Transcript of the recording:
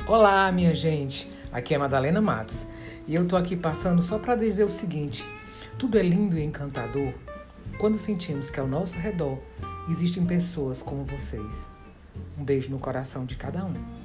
Olá, minha gente, aqui é Madalena Matos e eu tô aqui passando só para dizer o seguinte: tudo é lindo e encantador quando sentimos que ao nosso redor existem pessoas como vocês. Um beijo no coração de cada um.